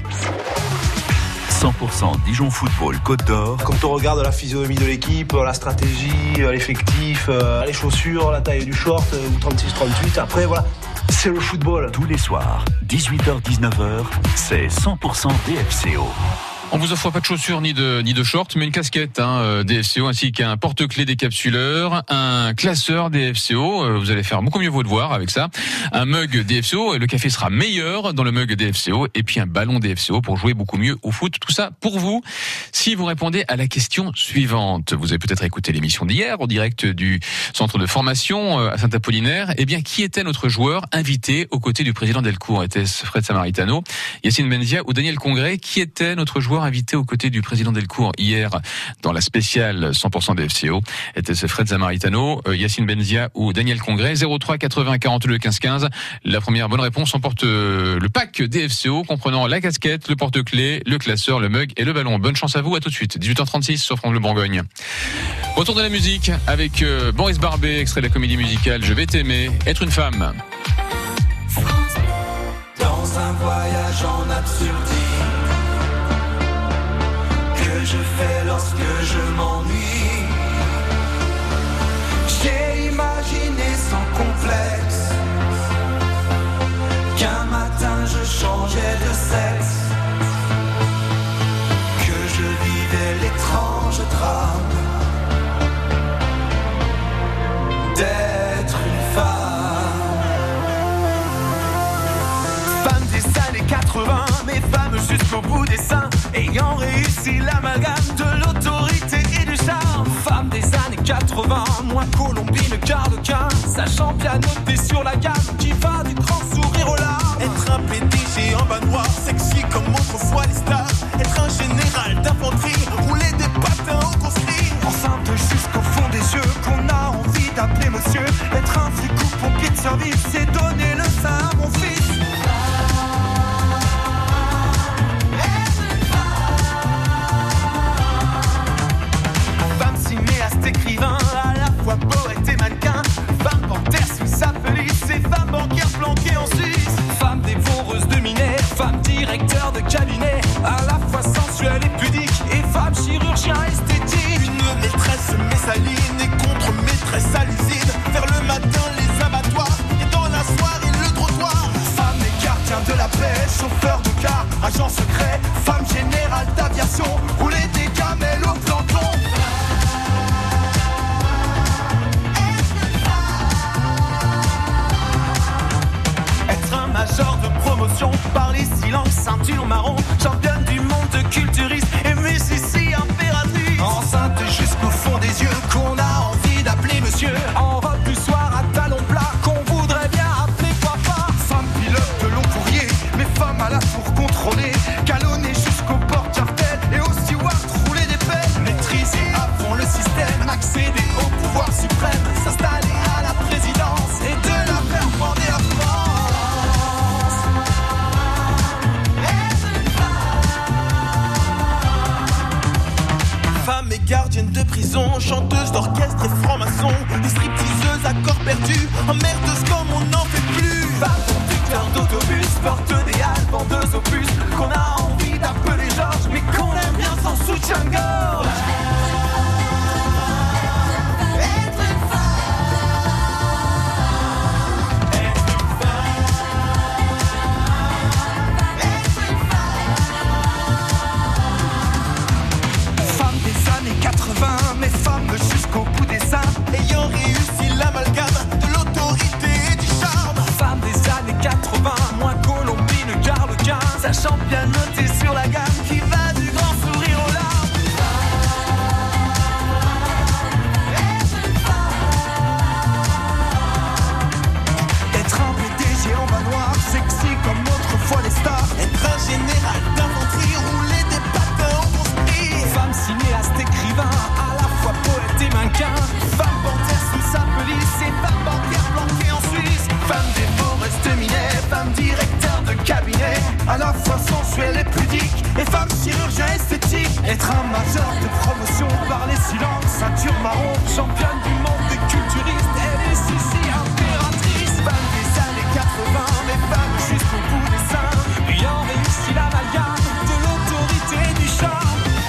cent pour cent Dijon Football Côte d'Or. Quand on regarde la physionomie de l'équipe, la stratégie, l'effectif, les chaussures, la taille du short, ou trente-six trente-huit, après voilà, c'est le football. Tous les soirs, dix-huit heures dix-neuf heures, c'est cent pour cent D F C O. On vous offre pas de chaussures ni de ni de shorts, mais une casquette hein, D F C O ainsi qu'un porte-clés décapsuleur, un classeur D F C O. Vous allez faire beaucoup mieux vos devoirs avec ça. Un mug D F C O, le café sera meilleur dans le mug D F C O, et puis un ballon D F C O pour jouer beaucoup mieux au foot. Tout ça pour vous. Si vous répondez à la question suivante, vous avez peut-être écouté l'émission d'hier au direct du centre de formation à Saint-Apollinaire. Eh bien, qui était notre joueur invité aux côtés du président Delcourt? Était-ce Fred Samaritano, Yacine Benzia ou Daniel Congré? Qui était notre joueur invité aux côtés du président Delcourt hier dans la spéciale cent pour cent D F C O? Était-ce Fred Samaritano, Yacine Benzia ou Daniel Congré? Zéro trois quatre-vingts quarante-deux quinze quinze. La première bonne réponse emporte le pack D F C O comprenant la casquette, le porte-clés, le classeur, le mug et le ballon. Bonne chance à vous, à tout de suite. dix-huit heures trente-six sur France Bleu Bourgogne. Retour de la musique avec Boris Barbet, extrait de la comédie musicale Je vais t'aimer, être une femme. Dans un voyage en absurdité que je fais lorsque je m'ennuie, j'ai imaginé sans complexe qu'un matin je changeais de sexe, que je vivais l'étrange drame d'être une femme. Femme des années quatre-vingts, mais femme jusqu'au bout des seins. Et ayant réussi l'amalgame de l'autorité et du charme. Femme des années quatre-vingts, moins Colombine, Carlequin, sachant pianoter sur la gamme, qui va du grand sourire au larmes. Être un P D G en bas noir, sexy comme autrefois les stars. Être un général d'infanterie, rouler des patins au conscrit. Enceinte jusqu'au fond des yeux, qu'on a envie d'appeler monsieur. Être un flic ou pompier de service, c'est donner le sein à mon fils. Femme cinéaste, écrivain, à la fois poète et mannequin. Femme panthère sous sa pelisse et femme banquière planquée en Suisse. Femme dévoreuse de minerais, femme directeur de cabinet, à la fois sensuelle et pudique, et femme chirurgien esthétique. Une maîtresse messaline et contre-maîtresse à l'usine. Vers le matin les abattoirs et dans la soirée le trottoir. Femme et gardien de la paix, chauffeur de car, agent secret. Femme générale d'aviation, rouler des camels au planton. Être un major de promotion, parler silence, ceinture marron, championne du monde de culturiste et Miss ici impératrice. Enceinte jusqu'au fond des yeux, qu'on a envie d'appeler monsieur. En robe du soir à talons plats, qu'on voudrait bien appeler papa. Femme pilote de long courrier, mais femme à la tour contrôlée, calonnée jusqu'au porte-cartel et au steward rouler des pelles. Maîtriser à fond le système, accéder au pouvoir suprême, s'installer à la présidence et de la faire border à France. Femme et gardienne de prison, chanteuse d'orchestre et franc-maçon, des stripteaseuses à corps perdu, emmerdeuse comme on n'en fait plus. Femme conducteur d'autobus, porte des halles, vendeuse opus, qu'on a envie d'appeler Georges, mais qu'on aime bien sans soutien-gorge. quatre-vingts, mais femmes jusqu'au bout des seins, ayant réussi l'amalgame de l'autorité et du charme. Femme des années quatre-vingts, moins Colombine, Carlequin, sachant bien noter sur la gamme, qui va du grand sourire aux larmes. Être un P D G en bas noir, sexy comme autrefois les stars. Être un général d'infanterie, rouler des patins au conscrit. Femme cinéaste, écrivain, à la fois poète et mannequin. Femme panthère sous sa pelisse et femme banquière planquée en Suisse. Femme dévoreuse de minerais, femme directeur de cabinet, à la fois sensuelle et pudique, et femme chirurgien esthétique. Être un major de promotion, parler silence, ceinture marron, championne du monde des culturistes, elle est ici impératrice. Femme des années quatre-vingts, mais femme jusqu'au bout des seins, ayant réussi l'amalgame de l'autorité et du charme.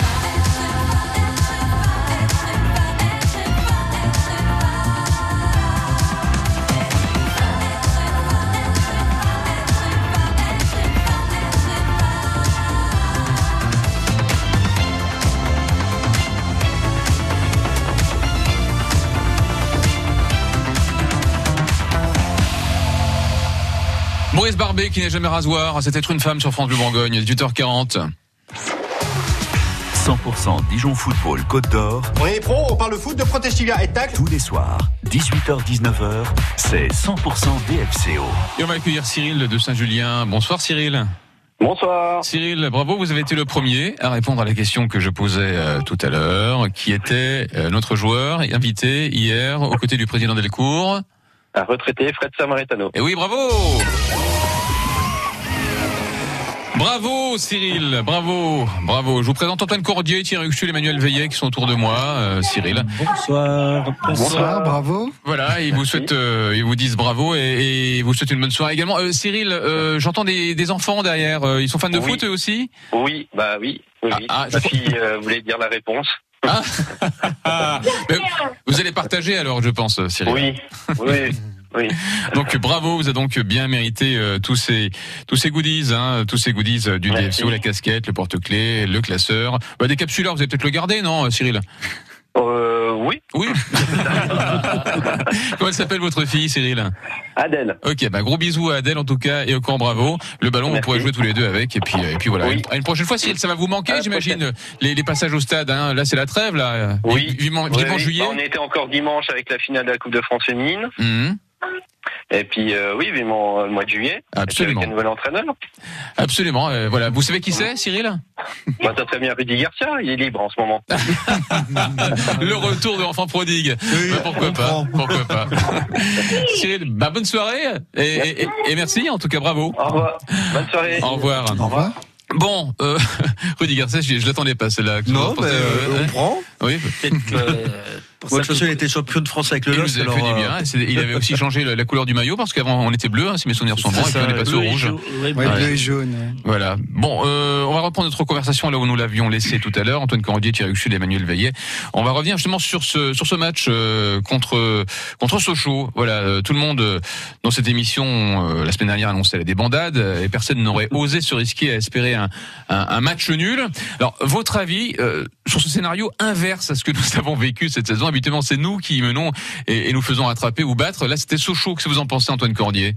Maurice Barbet qui n'est jamais rasoir, c'est être une femme sur France Bleu Bourgogne, dix-huit heures quarante. cent pour cent Dijon Football Côte d'Or. On est pro, on parle foot de protestivia et tacle. Tous les soirs, dix-huit heures dix-neuf heures, c'est cent pour cent D F C O. Et on va accueillir Cyril de Saint-Julien. Bonsoir Cyril. Bonsoir. Cyril, bravo, vous avez été le premier à répondre à la question que je posais euh, tout à l'heure, qui était euh, notre joueur invité hier aux côtés du président Delcourt. Un retraité, Fred Samaritano. Et oui, bravo. Bravo Cyril, bravo, bravo. Je vous présente Antoine Cordier, Thierry Huchul, Emmanuel Veillet qui sont autour de moi. Euh, Cyril. Bonsoir. Bonsoir. Bonsoir, bravo. Voilà, ils vous souhaitent, euh, ils vous disent bravo et, et vous souhaitent une bonne soirée également. Euh, Cyril, euh, j'entends des, des enfants derrière. Euh, ils sont fans de oui. foot eux aussi? Oui, bah oui. oui, oui. Ah, Ma je... fille euh, voulait dire la réponse. Ah. Vous allez partager alors, je pense, Cyril. Oui, oui. Oui. Donc bravo, vous avez donc bien mérité euh, tous ces tous ces goodies, hein, tous ces goodies euh, du Merci. D F C O, la casquette, le porte-clés, le classeur. Bah, des capsuleurs, vous allez peut-être le garder, non, Cyril? Euh, oui. Oui. Comment elle s'appelle votre fille, Cyril? Adèle. Ok, bah gros bisous à Adèle en tout cas et au camp bravo. Le ballon, Merci. vous pourrez jouer tous les deux avec et puis et puis voilà. Oui. Une, une prochaine fois, Cyril, ça va vous manquer, À la j'imagine. Les, les passages au stade, hein. Là c'est la trêve là. Oui. Vivement, Oui, vivement oui. juillet. Bah, on était encore dimanche avec la finale de la Coupe de France féminine. Mmh. Et puis, euh, oui, vivement le mois de juillet. Absolument. Avec un nouvel entraîneur. Absolument. Euh, voilà. Vous savez qui c'est, Cyril? Bah, t'as très bien Rudy Garcia, il est libre en ce moment. Le retour de l'enfant prodigue. Oui, bah, pourquoi pas, pourquoi pas. Cyril, bah, bonne soirée et, et, et, et merci, en tout cas, bravo. Au revoir. Bonne soirée. Au revoir. Au revoir. Bon, euh, Rudy Garcia, je, je l'attendais pas, celle-là. Non, mais euh, on prend. Oui. Peut-être que. Pour Moi, ça de toute façon, que- il était champion de France avec le Il L O nous S. a alors, fait du euh, bien. C'est- Il avait aussi changé la, la couleur du maillot parce qu'avant on était bleu, hein, si mes souvenirs sont bons, et puis on est passé au Bleu et rouge. jaune, ouais, Ouais, Ouais. bleu et jaune. ouais. Voilà. Bon, euh, on va reprendre notre conversation là où nous l'avions laissé tout à l'heure. Antoine Cordier, Thierry Huchel et Emmanuel Veillet. On va revenir justement sur ce sur ce match euh, contre contre Sochaux. Voilà, euh, tout le monde euh, dans cette émission euh, la semaine dernière annonçait la débandade euh, et personne n'aurait osé se risquer à espérer un, un, un match nul. Alors, votre avis euh, sur ce scénario inverse à ce que nous avons vécu cette saison? Habituellement, c'est nous qui menons et, et nous faisons rattraper ou battre. Là, c'était Sochaux. Qu'est-ce que vous en pensez, Antoine Cordier?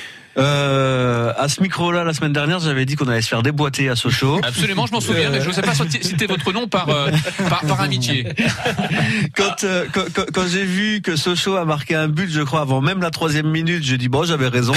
Euh, à ce micro-là, la semaine dernière, j'avais dit qu'on allait se faire déboîter à Sochaux. Absolument, je m'en souviens, mais je ne sais pas citer votre nom par, euh, par, par amitié. Quand, euh, quand, quand, quand j'ai vu que Sochaux a marqué un but, je crois, avant même la troisième minute, j'ai dit bon, j'avais raison.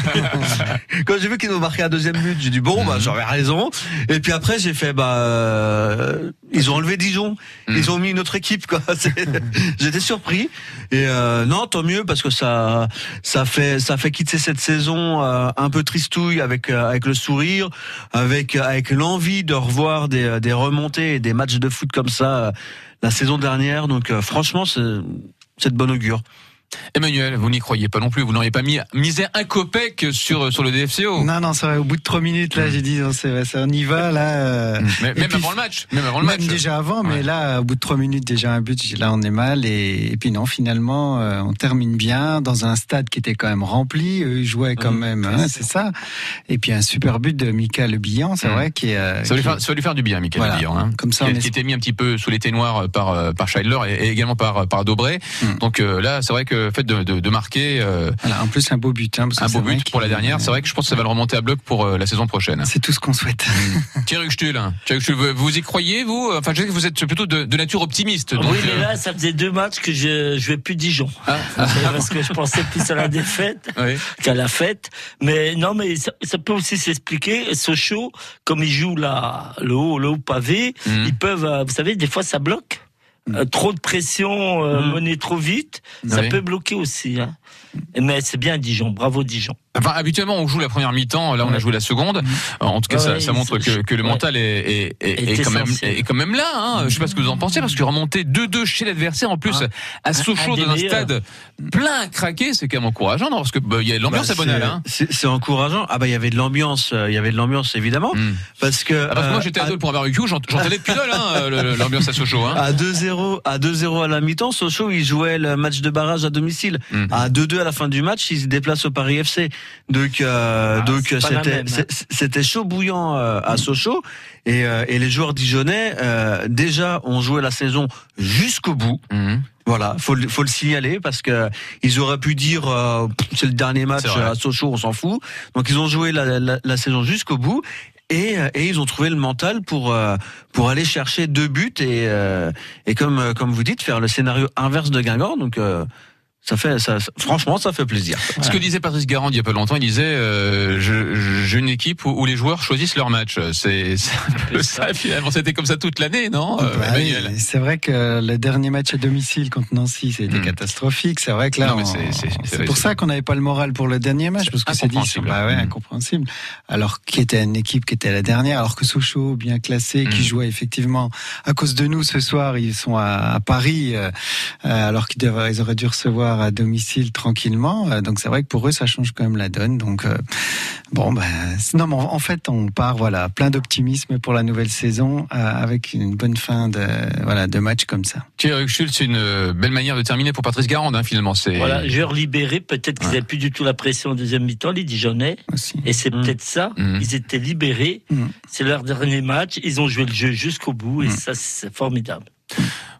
Quand j'ai vu qu'ils ont marqué un deuxième but, j'ai dit bon, bah, j'avais raison. Et puis après, j'ai fait bah, euh, ils ont enlevé Dijon, ils ont mis une autre équipe, quoi. C'est- J'étais surpris. Et euh, non, tant mieux parce que ça, ça fait, ça fait quitter cette saison euh, un peu tristouille avec euh, avec le sourire, avec avec l'envie de revoir des des remontées et des matchs de foot comme ça euh, la saison dernière. Donc euh, franchement, c'est c'est de bon augure. Emmanuel, vous n'y croyez pas non plus. Vous n'auriez pas mis misé un copec sur sur le D F C O. Non, non, c'est vrai, au bout de trois minutes, là, j'ai dit, non, c'est, c'est, on y va, là. euh, Mais, et même puis, avant le match. Même avant le Même match. déjà avant, mais Ouais. là, au bout de trois minutes, déjà un but, j'ai dit, là, on est mal. Et, et puis non, finalement, euh, on termine bien dans un stade qui était quand même rempli. Eux, ils jouaient quand Mmh. même, hein, c'est ça. Et puis un super but de Mika Le Bihan, c'est Mmh. vrai, qui est. euh, Ça va, lui qui- faire, ça va lui faire du bien, Michael Voilà. Dire, hein. Comme ça, qui, on qui est- était mis un petit peu sous les ténoirs par euh, par Scheidler et, et également par par Dobré. Mm. Donc euh, là, c'est vrai que le fait de, de, de marquer euh, Voilà, en plus, un beau but. Hein, parce que un c'est beau vrai but pour la qu'il- dernière, c'est vrai que je pense que ça va le remonter à bloc pour euh, la saison prochaine. C'est tout ce qu'on souhaite. Thierry Huchtel, hein. Thierry Huchtel, vous vous y croyez, vous? Enfin, je sais que vous êtes plutôt de, de nature optimiste. Donc, Oui, mais euh, là, ça faisait deux matchs que je je vais plus Dijon. Ah. C'est parce que je pensais plus à la défaite oui. qu'à la fête. Mais non, mais ça, ça peut aussi s'expliquer. Sochaux, comme ils jouent là, le haut, le haut pavé, Mhm. ils peuvent, euh, vous savez, des fois ça bloque. Euh, trop de pression, euh, Mhm. mener trop vite, ça Oui. peut bloquer aussi. Hein. Mais c'est bien Dijon, bravo Dijon. Enfin, habituellement, on joue la première mi-temps. Là, on a Ouais. joué la seconde. En tout cas, Ouais, ça, ouais, ça montre que, que le ouais. mental est, est, est, Est est quand même, essentiel. est quand même là. Hein. Je sais pas ce que vous en pensez, parce que remonter deux deux chez l'adversaire, en plus, Ah. à Sochaux, Un des dans un meilleurs. stade plein à craquer, c'est quand même encourageant, non? Parce que bah, il y a de l'ambiance Bah, à Bonal. c'est- Hein. C'est c'est encourageant. Ah bah il y avait de l'ambiance, euh, il y avait de l'ambiance évidemment, Mm. parce que Ah, parce que moi, euh, j'étais à à- Dole pour un barbecue, j'ent- j'entendais depuis Dole, hein, le- le- l'ambiance à Sochaux. Hein. à deux zéro à deux zéro à la mi-temps, Sochaux ils jouaient le match de barrage à domicile. Mm. À deux deux à la fin du match, ils se déplacent au Paris F C. Donc euh, Ah, donc c'est pas la c'était même, hein. c'est- c'était chaud bouillant euh, à Sochaux et euh, et les joueurs dijonnais euh, déjà ont joué la saison jusqu'au bout. Mhm. Voilà, faut le- faut le signaler parce que ils auraient pu dire euh, pff, c'est le dernier match C'est vrai. à Sochaux, on s'en fout. Donc ils ont joué la, la, la saison jusqu'au bout. Et, euh, et ils ont trouvé le mental pour euh, pour aller chercher deux buts et euh, et comme euh, comme vous dites faire le scénario inverse de Guingamp. Donc euh, ça fait ça, ça- franchement ça fait plaisir. Ce que disait Patrice Garand il y a pas longtemps, il disait euh, je- je- j'ai une équipe où, où les joueurs choisissent leur match. C'est c'est un peu ça finalement. C'était comme ça toute l'année, non, euh, Bah oui, Emmanuel? c'est vrai que le dernier match à domicile contre Nancy, c'était Mm. catastrophique. C'est vrai que là, Non, mais on- c'est- c'est- c'est- c'est pour c'est- ça qu'on n'avait pas le moral pour le dernier match, parce que c'est dit, incompréhensible. bah ouais, Mm. incompréhensible. Alors qui était une équipe qui était la dernière, alors que Sochaux, bien classé, qui Mm. jouait effectivement à cause de nous ce soir, ils sont à, à Paris, euh, euh, alors qu'ils devraient, ils auraient dû recevoir à domicile tranquillement. Euh, donc c'est vrai que pour eux, ça change quand même la donne. Donc euh, bon, ben bah, non, mais en en fait, on part voilà plein d'optimisme pour la nouvelle saison, euh, avec une bonne fin de voilà de match comme ça. Thierry Huchtel, c'est une euh, belle manière de terminer pour Patrice Garand, hein, finalement. C'est Voilà, joueurs libérés, peut-être qu'ils Ouais. n'avaient plus du tout la pression en deuxième mi-temps, les Dijonnais. Aussi. Et c'est Mm. peut-être ça. Mm. Ils étaient libérés. Mm. C'est leur dernier match. Ils ont joué le jeu jusqu'au bout. Et Mm. ça, c'est formidable.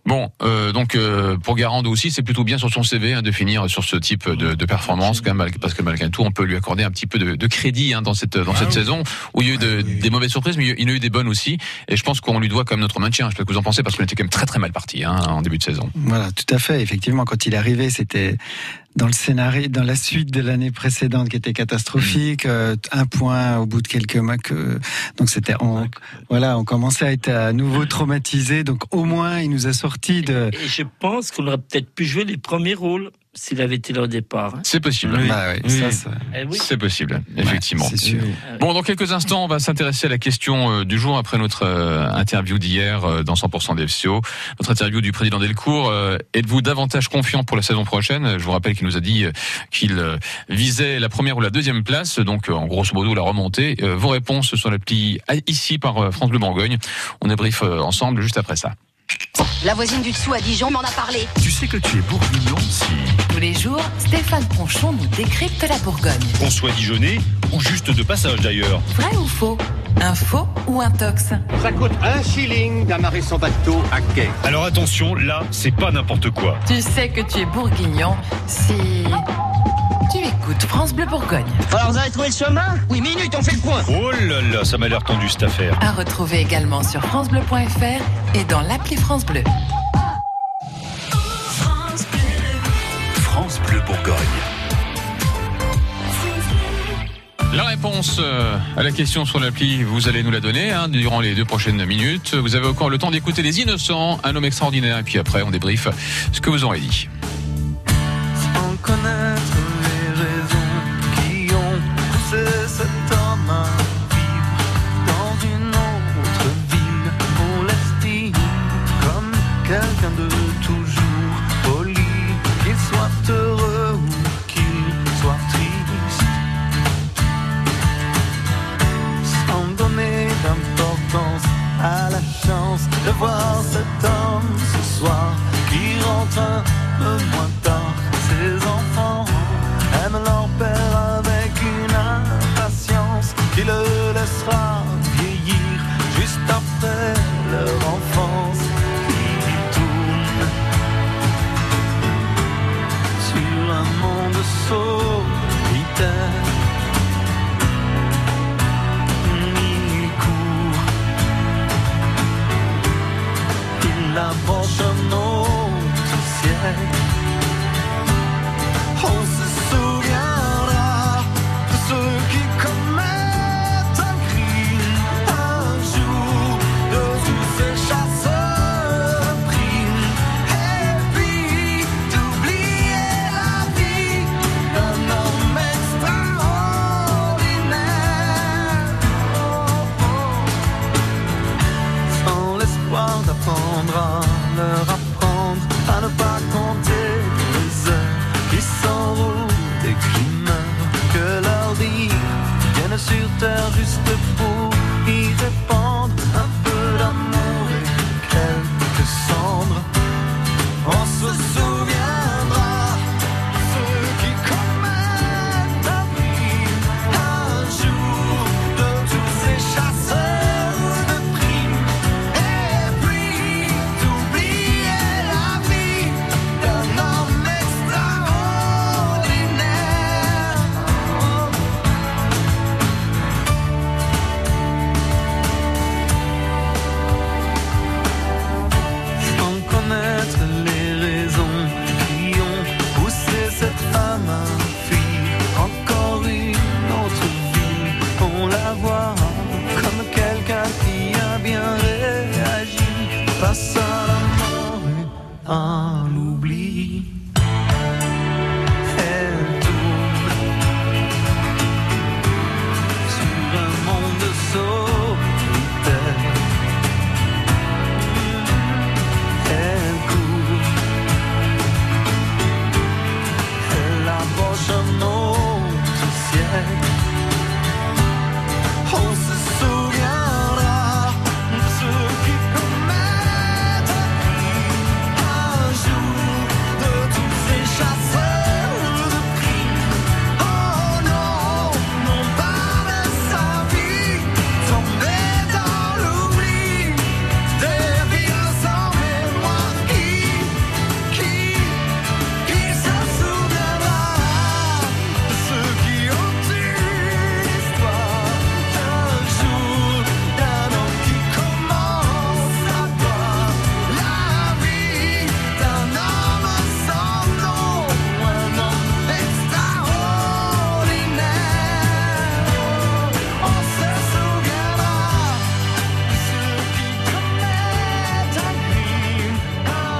Bon, euh, donc euh, pour Garand aussi, c'est plutôt bien sur son C V hein, de finir sur ce type de, de performance, quand même, parce que malgré tout, on peut lui accorder un petit peu de, de crédit hein, dans cette dans ah, cette oui. saison où il y a eu de, des mauvaises surprises, mais il y a eu des bonnes aussi. Et je pense qu'on lui doit quand même notre maintien. Je sais pas ce que vous en pensez, parce qu'on était quand même très très mal parti hein, en début de saison. Voilà, tout à fait. Effectivement, quand il est arrivé, c'était dans le scénario, dans la suite de l'année précédente qui était catastrophique, mmh. euh, un point au bout de quelques mois que, donc c'était, on, voilà, on commençait à être à nouveau traumatisé, donc au moins il nous a sorti de... Et, et je pense qu'on aurait peut-être pu jouer les premiers rôles s'il avait été là au départ. Hein. C'est possible. Oui. Bah oui, oui. Ça, ça... Eh oui. C'est possible, effectivement. Ouais, c'est sûr. Bon, dans quelques instants, on va s'intéresser à la question euh, du jour après notre euh, interview d'hier euh, dans cent pour cent D F C O. Notre interview du président Delcourt. Euh, êtes-vous davantage confiant pour la saison prochaine ? Je vous rappelle qu'il nous a dit euh, qu'il euh, visait la première ou la deuxième place, donc euh, en grosso modo la remontée. Euh, vos réponses sur l'appli ici par euh, France Bleu Bourgogne. On débriefe euh, ensemble juste après ça. La voisine du dessous à Dijon m'en a parlé. Tu sais que tu es bourguignon si... Tous les jours, Stéphane Ponchon nous décrypte la Bourgogne. Qu'on soit dijonnais ou juste de passage d'ailleurs. Vrai ou faux ? Un faux ou un tox ? Ça coûte un shilling d'amarrer son bateau à quai. Alors attention, là, c'est pas n'importe quoi. Tu sais que tu es bourguignon si... tu écoutes France Bleu Bourgogne. Alors vous avez trouvé le chemin ? Oui, minute, on fait le point. Oh là là, ça m'a l'air tendu cette affaire. À retrouver également sur francebleu point f r et dans l'appli France Bleu. France Bleu, France Bleu Bourgogne. La réponse à la question sur l'appli, vous allez nous la donner hein, durant les deux prochaines minutes. Vous avez encore le temps d'écouter Les Innocents, un homme extraordinaire, et puis après on débriefe ce que vous aurez dit. Sans connaître les raisons qui ont poussé cet homme à vivre dans une autre ville, on l'estime comme quelqu'un de toujours poli, qu'il soit heureux ou qu'il soit triste, sans donner d'importance à la chance de voir cet homme ce soir qui rentre un peu moins tard. Ses enfants aiment leur père avec une impatience qui le laissera vieillir juste après leur enfance. Ils tournent sur un monde solitaire. Ils courent, ils approchent un autre siècle. On se souviendra de ceux qui commettent un crime un jour, de tous ces chasseurs primes, et puis d'oublier la vie d'un homme extraordinaire. Oh, oh. Sans l'espoir d'apprendre à leur apprendre à ne pas compter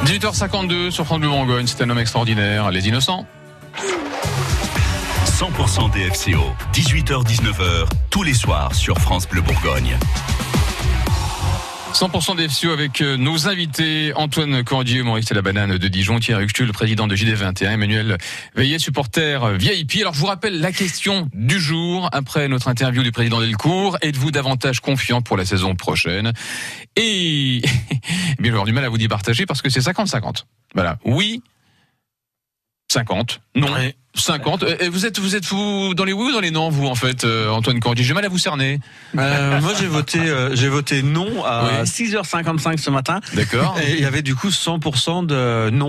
dix-huit heures cinquante-deux sur France Bleu Bourgogne, c'est un homme extraordinaire, Les Innocents. cent pour cent D F C O, dix-huit heures dix-neuf heures, tous les soirs sur France Bleu Bourgogne. cent pour cent D F C O avec nos invités, Antoine Cordier, humoriste à la banane de Dijon, Thierry Huxtul, le président de J D vingt et un, Emmanuel Veillet, supporter V I P. Alors je vous rappelle la question du jour, après notre interview du président Delcourt, êtes-vous davantage confiant pour la saison prochaine? Et bien, je vais avoir du mal à vous départager parce que c'est cinquante cinquante. Voilà, oui, cinquante, non, cinquante. Et vous êtes, vous êtes vous dans les oui ou dans les non, vous en fait, euh, Antoine Cordier? J'ai mal à vous cerner. Euh, moi, j'ai voté, euh, j'ai voté non à oui. six heures cinquante-cinq ce matin. D'accord. Et il y avait du coup cent pour cent de non.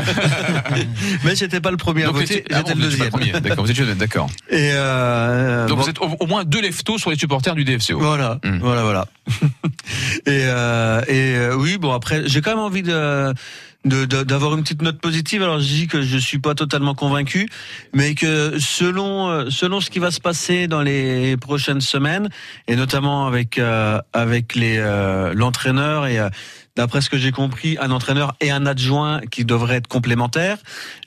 Mais j'étais pas le premier à Donc, voter, ah, j'étais bon, le deuxième. Premier. D'accord, vous êtes d'accord. Et euh, donc bon. vous êtes au, au moins deux leftos sur les supporters du D F C O. Voilà, mmh. voilà, voilà. et euh, et euh, oui, bon après, j'ai quand même envie de. De, de, d'avoir une petite note positive. Alors je dis que je suis pas totalement convaincu, mais que selon selon ce qui va se passer dans les prochaines semaines, et notamment avec euh, avec les euh, l'entraîneur et euh, d'après ce que j'ai compris, un entraîneur et un adjoint qui devraient être complémentaires,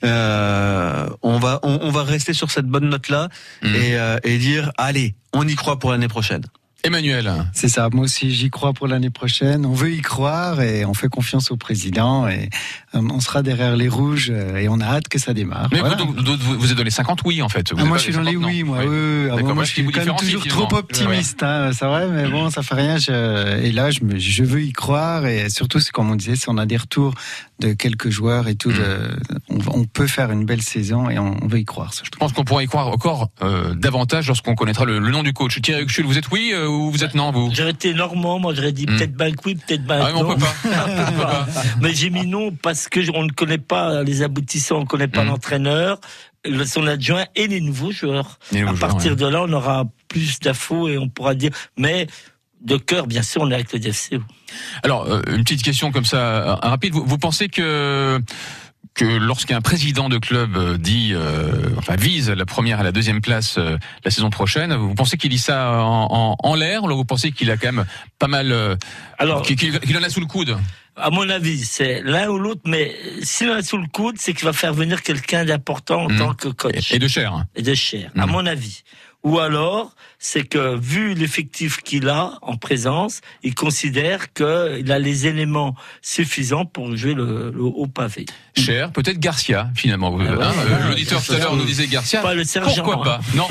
euh, on va on, on va rester sur cette bonne note là mmh. et euh, et dire allez, on y croit pour l'année prochaine. Emmanuel. C'est ça, moi aussi j'y crois pour l'année prochaine, on veut y croire et on fait confiance au président et on sera derrière les rouges et on a hâte que ça démarre. Mais voilà. vous, vous, vous êtes dans les cinquante oui en fait. Vous ah, moi je suis dans les oui, moi, oui. oui. Ah, moi, moi je suis quand même toujours trop optimiste, hein, c'est vrai, mais bon ça fait rien, je... et là je, me... je veux y croire et surtout c'est comme on disait, si on a des retours de quelques joueurs et tout, de... on, on peut faire une belle saison et on, on veut y croire. Ça, je, je pense qu'on pourra y croire encore euh, davantage lorsqu'on connaîtra le, le nom du coach. Thierry Huxtul, vous êtes oui euh, ou vous êtes non vous? J'aurais été normand, moi j'aurais dit mmh. peut-être ben oui, peut-être ben ah, non. Mais on peut pas. on peut pas. Mais j'ai mis non parce que on ne connaît pas les aboutissants, on ne connaît pas mmh. l'entraîneur, son adjoint et les nouveaux joueurs. Les nouveaux à partir joueurs, ouais. de là, on aura plus d'infos et on pourra dire. Mais de cœur, bien sûr, on est avec le D F C O. Alors, euh, une petite question comme ça, euh, rapide. Vous, vous pensez que que lorsqu'un président de club dit, euh, enfin vise la première et la deuxième place euh, la saison prochaine, vous pensez qu'il dit ça en, en, en l'air, ou vous pensez qu'il a quand même pas mal, euh, Alors, qu'il, qu'il en a sous le coude? À mon avis, c'est l'un ou l'autre, mais s'il en a sous le coude, c'est qu'il va faire venir quelqu'un d'important en mmh. tant que coach. Et de cher. Et de cher, mmh. à mon avis. Ou alors, c'est que, vu l'effectif qu'il a en présence, il considère qu'il a les éléments suffisants pour jouer le, le haut pavé. Cher, peut-être Garcia, finalement. Ah ouais, hein, ouais, l'auditeur tout à l'heure nous disait Garcia. Pas le sergent. Pourquoi pas? Non.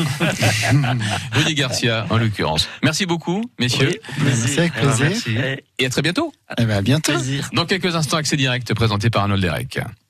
Rudy Garcia, en l'occurrence. Merci beaucoup, messieurs. Oui, plaisir. Avec plaisir. Merci. Et à très bientôt. Eh ben, à bientôt. Plaisir. Dans quelques instants, accès direct présenté par Arnold Derek.